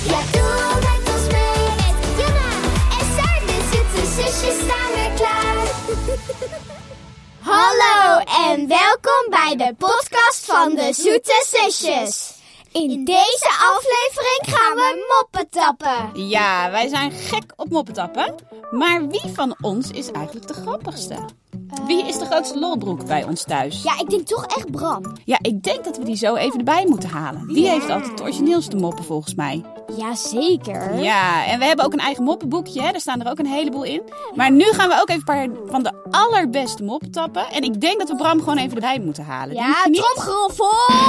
Ja, doe met ons mee. Met Jana en Saar, de zoete zusjes staan weer klaar. Hallo en welkom bij de podcast van de zoete zusjes. In deze aflevering gaan we moppen tappen. Ja, wij zijn gek op moppen tappen. Maar wie van ons is eigenlijk de grappigste? Wie is de grootste lolbroek bij ons thuis? Ja, ik denk toch echt Bram. Ja, ik denk dat we die zo even erbij moeten halen. Die heeft altijd de origineelste moppen volgens mij. Jazeker. Ja, en we hebben ook een eigen moppenboekje. Hè? Daar staan er ook een heleboel in. Maar nu gaan we ook even een paar van de allerbeste moppen tappen. En ik denk dat we Bram gewoon even erbij moeten halen. Ja, tromgeroffel.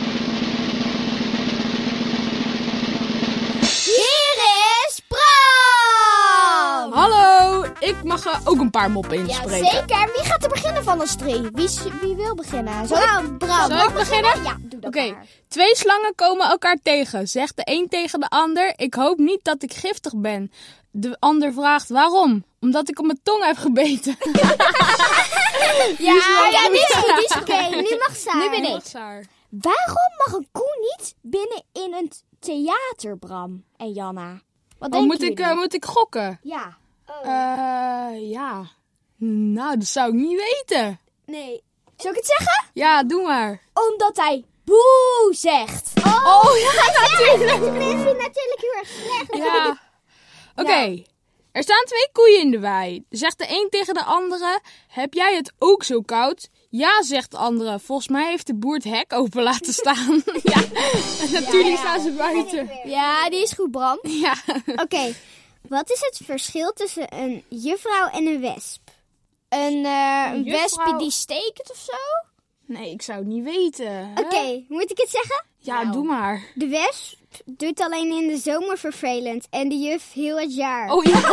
Hier is Bram! Hallo, ik mag ook een paar moppen inspreken. Jazeker. Wie gaat er beginnen van ons drie? Wie wil beginnen? Bram. Zal ik beginnen? Ja, doe dat Oké, maar. 2 slangen komen elkaar tegen. Zegt de een tegen de ander, ik hoop niet dat ik giftig ben. De ander vraagt, waarom? Omdat ik op mijn tong heb gebeten. Die is oké. Nu mag Saar. Nu ben ik. Saar. Waarom mag een koe niet binnen in een theater, Bram en Janna? Wat denken jullie? Moet ik gokken? Ja. Ja. Nou, dat zou ik niet weten. Nee. Zal ik het zeggen? Ja, doe maar. Omdat hij boe zegt. Oh ja, natuurlijk. Dat is natuurlijk heel erg slecht. Ja. Oké. Er staan 2 koeien in de wei. Zegt de een tegen de andere, heb jij het ook zo koud? Ja, zegt de andere. Volgens mij heeft de boer het hek open laten staan. Ja, en natuurlijk staan ze buiten. Ja, die is goed, Bram. Ja. Oké. Wat is het verschil tussen een juffrouw en een wesp? Een wesp die steekt of zo? Nee, ik zou het niet weten. Hè? Oké, moet ik het zeggen? Ja, doe maar. De wesp doet alleen in de zomer vervelend en de juf heel het jaar. Oh ja.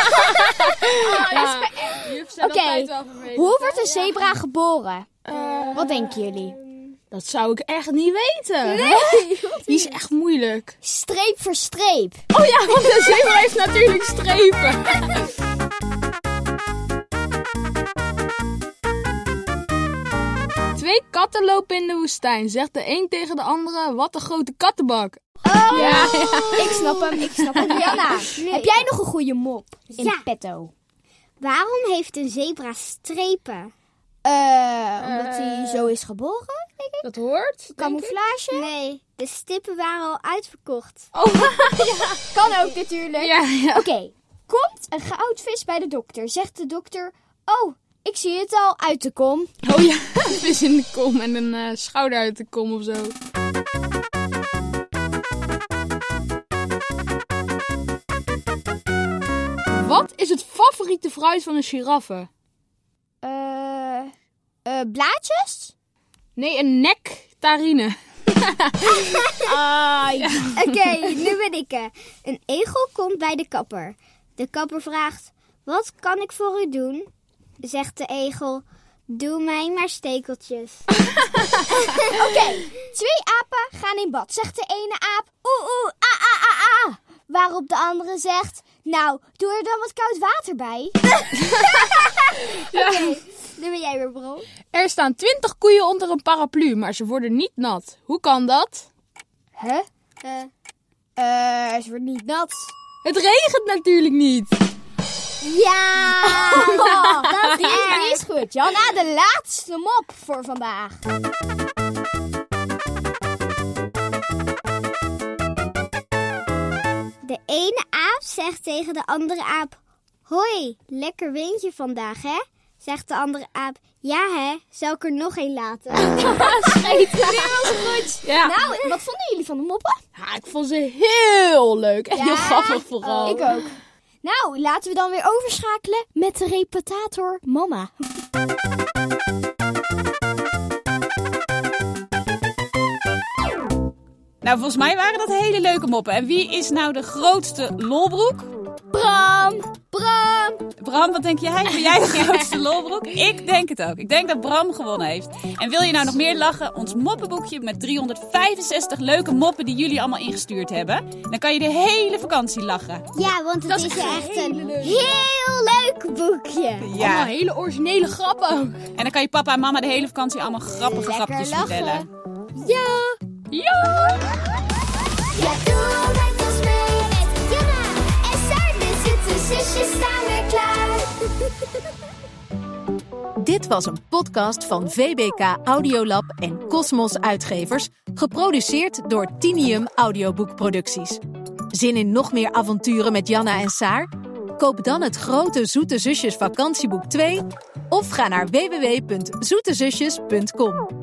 Oké, hoe wordt een zebra geboren? Wat denken jullie? Dat zou ik echt niet weten. Nee. Die is echt moeilijk. Streep voor streep. Oh ja, want een zebra heeft natuurlijk strepen. 2 katten lopen in de woestijn. Zegt de een tegen de andere, wat een grote kattenbak. Oh, Ja. Ik snap hem. Janna, heb jij nog een goede mop in petto? Waarom heeft een zebra strepen? Omdat hij zo is geboren, denk ik. Dat hoort? Camouflage? Nee, de stippen waren al uitverkocht. Oh, Kan ook natuurlijk. ja. Oké, komt een goudvis bij de dokter. Zegt de dokter, oh, ik zie het al uit de kom. Oh ja, een vis in de kom en een schouder uit de kom of zo. Wat is het favoriete fruit van een giraffe? Blaadjes? Nee, een nectarine. Oké, nu ben ik er. Een egel komt bij de kapper. De kapper vraagt, wat kan ik voor u doen? Zegt de egel, doe mij maar stekeltjes. Oké, 2 apen gaan in bad. Zegt de ene aap, oeh, ah. Waarop de andere zegt, nou, doe er dan wat koud water bij. Oké, nu ben jij weer, bro. Er staan 20 koeien onder een paraplu, maar ze worden niet nat. Hoe kan dat? Huh? Ze wordt niet nat. Het regent natuurlijk niet. Ja! Die is goed. Janna, de laatste mop voor vandaag. De ene aap zegt tegen de andere aap, hoi, lekker windje vandaag, hè? Zegt de andere aap, ja hè, zal ik er nog een laten? Scheet, dit was goed. Ja. Nou, wat vonden jullie van de moppen? Ja, ik vond ze heel leuk en heel grappig vooral. Ik ook. Nou, laten we dan weer overschakelen met de reputator Mama. Nou, volgens mij waren dat hele leuke moppen. En wie is nou de grootste lolbroek? Bram! Bram, wat denk jij? Ben jij de grootste lolbroek? Ik denk het ook. Ik denk dat Bram gewonnen heeft. En wil je nou nog meer lachen? Ons moppenboekje met 365 leuke moppen die jullie allemaal ingestuurd hebben. Dan kan je de hele vakantie lachen. Ja, want het is echt een heel leuk boekje. Allemaal hele originele grappen ook. En dan kan je papa en mama de hele vakantie allemaal grappige grapjes vertellen. Ja! Ja! Ja, doe met ons mee. Dit was een podcast van VBK Audiolab en Cosmos Uitgevers, geproduceerd door Tinium Audioboekproducties. Zin in nog meer avonturen met Janna en Saar? Koop dan het grote Zoete Zusjes vakantieboek 2 of ga naar www.zoetezusjes.com.